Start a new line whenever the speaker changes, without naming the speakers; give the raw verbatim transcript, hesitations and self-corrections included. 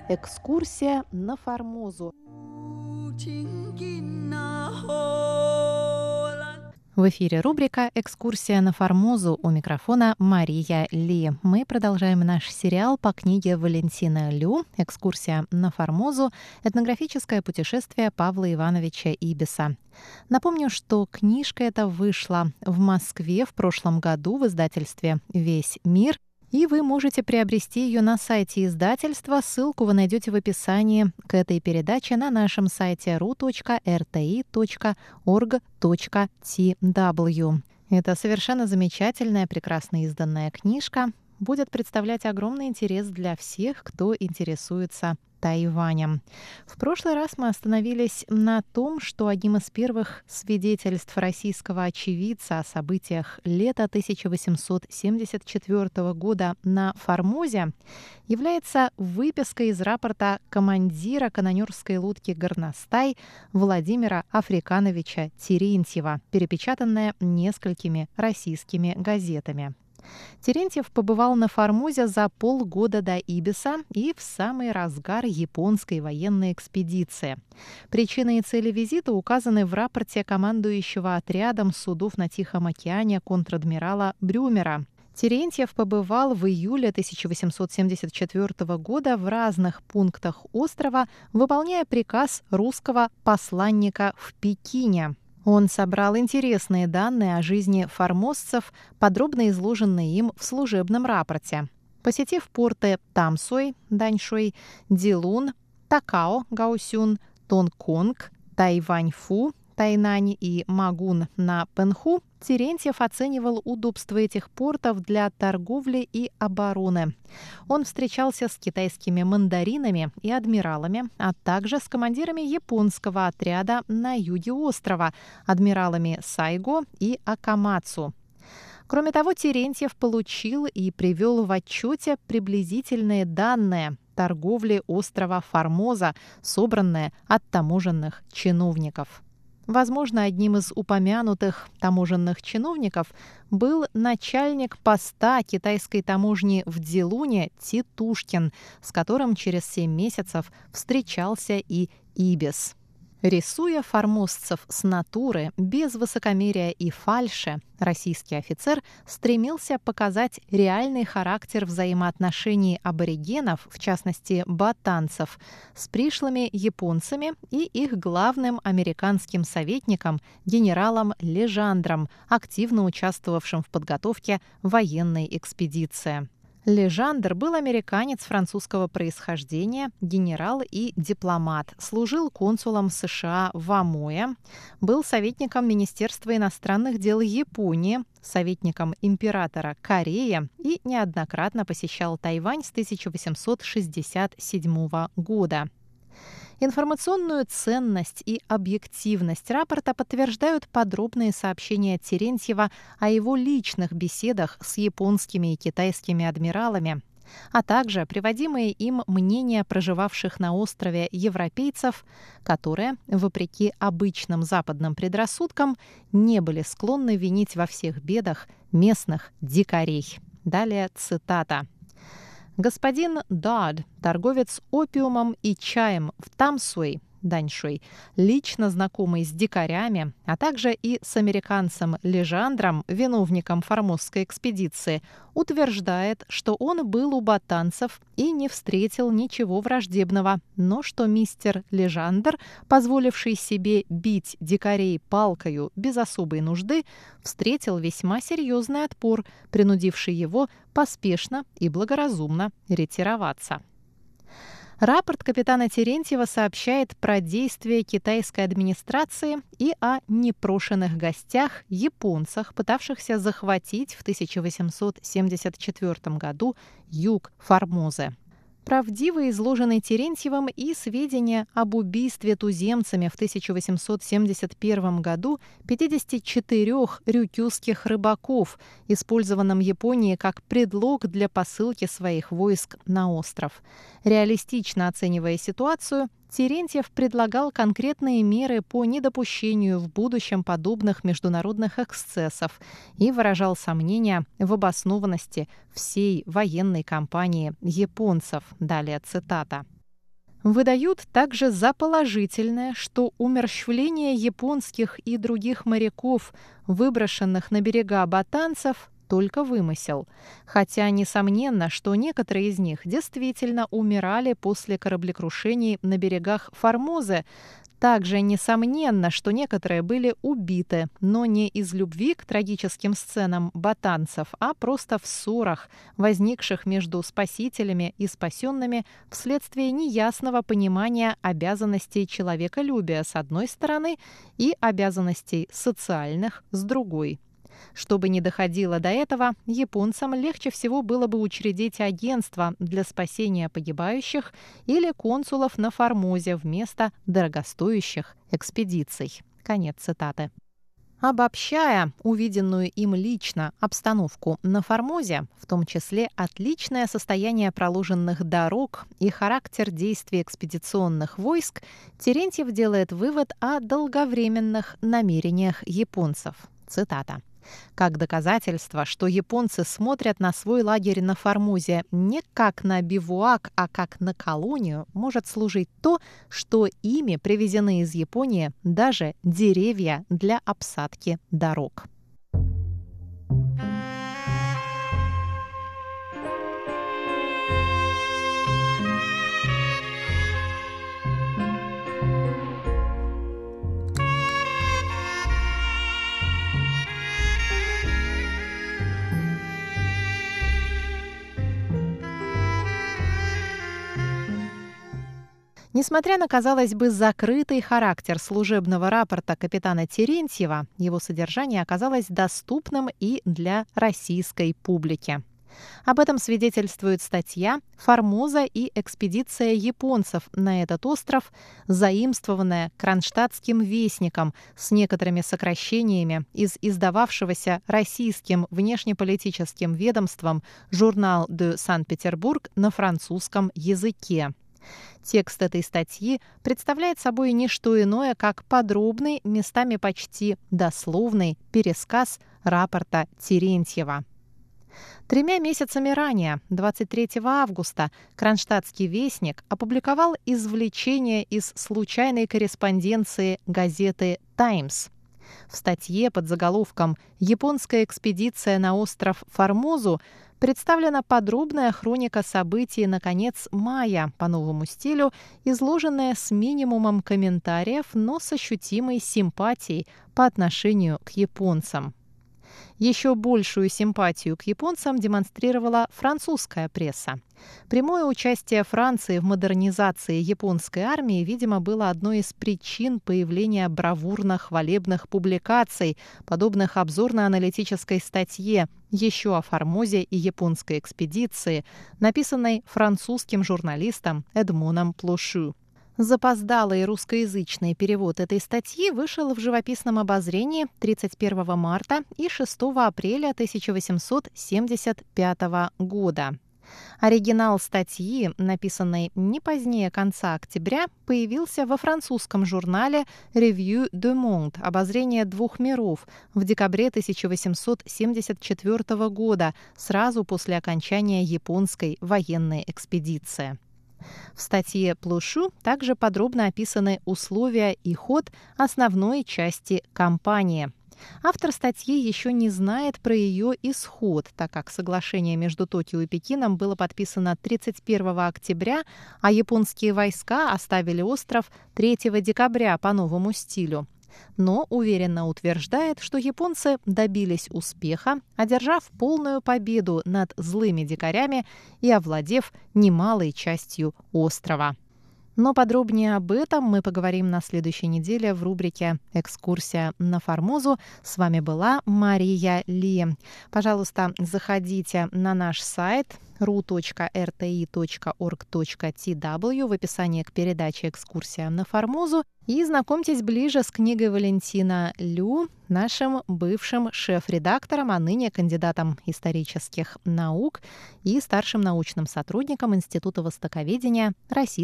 Экскурсия на Формозу. В эфире рубрика «Экскурсия на Формозу», у микрофона Мария Ли. Мы продолжаем наш сериал по книге Валентина Лю «Экскурсия на Формозу. Этнографическое путешествие Павла Ивановича Ибиса». Напомню, что книжка эта вышла в Москве в прошлом году в издательстве «Весь мир», и вы можете приобрести ее на сайте издательства. Ссылку вы найдете в описании к этой передаче на нашем сайте ру точка эр тэ и точка орг точка ти дабл ю. Это совершенно замечательная, прекрасно изданная книжка. Будет представлять огромный интерес для всех, кто интересуется Тайванем. В прошлый раз мы остановились на том, что одним из первых свидетельств российского очевидца о событиях лета тысяча восемьсот семьдесят четвёртого года на Формозе является выписка из рапорта командира канонерской лодки «Горностай» Владимира Африкановича Терентьева, перепечатанная несколькими российскими газетами. Терентьев побывал на Формозе за полгода до Ибиса и в самый разгар японской военной экспедиции. Причины и цели визита указаны в рапорте командующего отрядом судов на Тихом океане контр-адмирала Брюмера. Терентьев побывал в июле тысяча восемьсот семьдесят четвёртого года в разных пунктах острова, выполняя приказ русского посланника в Пекине. Он собрал интересные данные о жизни формозцев, подробно изложенные им в служебном рапорте. Посетив порты Тамсой, Даньшуй, Дилун, Такао, Гаосюн, Тонконг, Тайваньфу, Тайнань и Магун на Пэнху, Терентьев оценивал удобство этих портов для торговли и обороны. Он встречался с китайскими мандаринами и адмиралами, а также с командирами японского отряда на юге острова, адмиралами Сайго и Акамацу. Кроме того, Терентьев получил и привел в отчете приблизительные данные торговли острова Формоза, собранные от таможенных чиновников. Возможно, одним из упомянутых таможенных чиновников был начальник поста китайской таможни в Дилуне Титушкин, с которым через семь месяцев встречался и Ибис. Рисуя формозцев с натуры, без высокомерия и фальши, российский офицер стремился показать реальный характер взаимоотношений аборигенов, в частности ботанцев, с пришлыми японцами и их главным американским советником генералом Лежандром, активно участвовавшим в подготовке военной экспедиции. Лежандр был американец французского происхождения, генерал и дипломат, служил консулом США в Амое, был советником Министерства иностранных дел Японии, советником императора Кореи и неоднократно посещал Тайвань с тысяча восемьсот шестьдесят седьмого года. Информационную ценность и объективность рапорта подтверждают подробные сообщения Терентьева о его личных беседах с японскими и китайскими адмиралами, а также приводимые им мнения проживавших на острове европейцев, которые, вопреки обычным западным предрассудкам, не были склонны винить во всех бедах местных дикарей. Далее цитата. Господин Дод, торговец опиумом и чаем в Тамсуй, Даньшуй, лично знакомый с дикарями, а также и с американцем Лежандром, виновником формозской экспедиции, утверждает, что он был у ботанцев и не встретил ничего враждебного, но что мистер Лежандр, позволивший себе бить дикарей палкою без особой нужды, встретил весьма серьезный отпор, принудивший его поспешно и благоразумно ретироваться. Рапорт капитана Терентьева сообщает про действия китайской администрации и о непрошенных гостях, японцах, пытавшихся захватить в тысяча восемьсот семьдесят четвёртом году юг Формозы. Правдиво изложены Терентьевым и сведения об убийстве туземцами в тысяча восемьсот семьдесят первом году пятидесяти четырёх рюкюских рыбаков, использованном Японией как предлог для посылки своих войск на остров. Реалистично оценивая ситуацию, Терентьев предлагал конкретные меры по недопущению в будущем подобных международных эксцессов и выражал сомнения в обоснованности всей военной кампании японцев. Далее цитата. Выдают также за положительное, что умерщвление японских и других моряков, выброшенных на берега ботанцев, только вымысел. Хотя несомненно, что некоторые из них действительно умирали после кораблекрушений на берегах Формозы. Также несомненно, что некоторые были убиты, но не из любви к трагическим сценам ботанцев, а просто в ссорах, возникших между спасителями и спасенными вследствие неясного понимания обязанностей человеколюбия с одной стороны и обязанностей социальных с другой. Чтобы не доходило до этого, японцам легче всего было бы учредить агентство для спасения погибающих или консулов на Формозе вместо дорогостоящих экспедиций. Конец цитаты. Обобщая увиденную им лично обстановку на Формозе, в том числе отличное состояние проложенных дорог и характер действий экспедиционных войск, Терентьев делает вывод о долговременных намерениях японцев. Цитата. Как доказательство, что японцы смотрят на свой лагерь на Формозе не как на бивуак, а как на колонию, может служить то, что ими привезены из Японии даже деревья для обсадки дорог. Несмотря на, казалось бы, закрытый характер служебного рапорта капитана Терентьева, его содержание оказалось доступным и для российской публики. Об этом свидетельствует статья «Формоза и экспедиция японцев на этот остров», заимствованная Кронштадтским вестником с некоторыми сокращениями из издававшегося российским внешнеполитическим ведомством журнал «Де Санкт-Петербург» на французском языке. Текст этой статьи представляет собой не что иное, как подробный, местами почти дословный пересказ рапорта Терентьева. Тремя месяцами ранее, двадцать третьего августа, Кронштадтский вестник опубликовал извлечение из случайной корреспонденции газеты «Таймс». В статье под заголовком «Японская экспедиция на остров Формозу» представлена подробная хроника событий на конец мая по новому стилю, изложенная с минимумом комментариев, но с ощутимой симпатией по отношению к японцам. Еще большую симпатию к японцам демонстрировала французская пресса. Прямое участие Франции в модернизации японской армии, видимо, было одной из причин появления бравурно-хвалебных публикаций, подобных обзорно-аналитической статье «Еще о Формозе и японской экспедиции», написанной французским журналистом Эдмоном Плошу. Запоздалый русскоязычный перевод этой статьи вышел в живописном обозрении тридцать первого марта и шестого апреля тысяча восемьсот семьдесят пятого года. Оригинал статьи, написанной не позднее конца октября, появился во французском журнале «Revue du Monde» «Обозрение двух миров» в декабре тысяча восемьсот семьдесят четвёртого года, сразу после окончания японской военной экспедиции. В статье Плошу также подробно описаны условия и ход основной части кампании. Автор статьи еще не знает про ее исход, так как соглашение между Токио и Пекином было подписано тридцать первого октября, а японские войска оставили остров третьего декабря по новому стилю. Но уверенно утверждает, что японцы добились успеха, одержав полную победу над злыми дикарями и овладев немалой частью острова. Но подробнее об этом мы поговорим на следующей неделе в рубрике «Экскурсия на Формозу». С вами была Мария Ли. Пожалуйста, заходите на наш сайт ру точка эр тэ и точка орг точка ти дабл ю в описании к передаче «Экскурсия на Формозу» и знакомьтесь ближе с книгой Валентина Лю, нашим бывшим шеф-редактором, а ныне кандидатом исторических наук и старшим научным сотрудником Института востоковедения Российской